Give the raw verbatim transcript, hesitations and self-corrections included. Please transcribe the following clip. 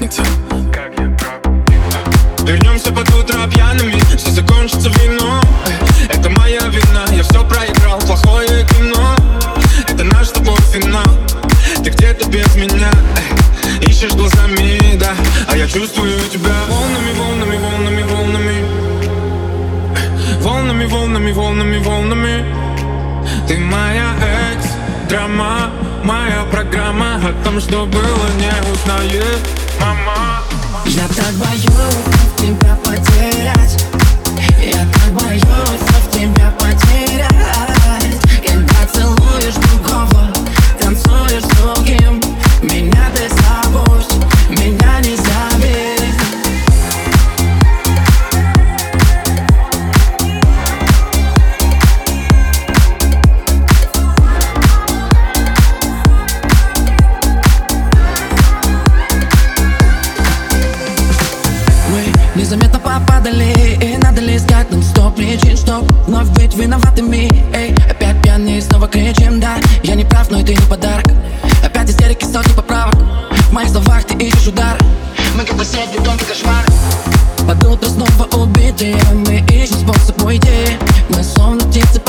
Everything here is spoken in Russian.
проникнуться, как я проникнуться. Вернемся под утро пьяными, все закончится вином. Это моя вина, я все проиграл, плохое кино. Это наш с тобой финал. Ты где-то без меня, ищешь глазами, да, а я чувствую тебя волнами, волнами, волнами, волнами. Волнами, волнами, волнами, волнами. Ты моя экс-драма, моя программа. О том, что было, не узнает мама. Я так боюсь тебя потерять. Я так боюсь тебя потерять. Когда целуешь другого, танцуешь с другим, меня ты забудь, меня не забей. Мы незаметно попадали, и надо ли искать нам сто причин, чтоб вновь быть виноватыми. Эй, опять пьяные, снова кричим, да. Я не прав, но и ты не подарок. Опять истерики, сотни поправок. В моих словах ты ищешь удар. Мы как соседи, тонкий кошмар. Под утро снова убитые, мы ищем способ уйти. Мы словно птицы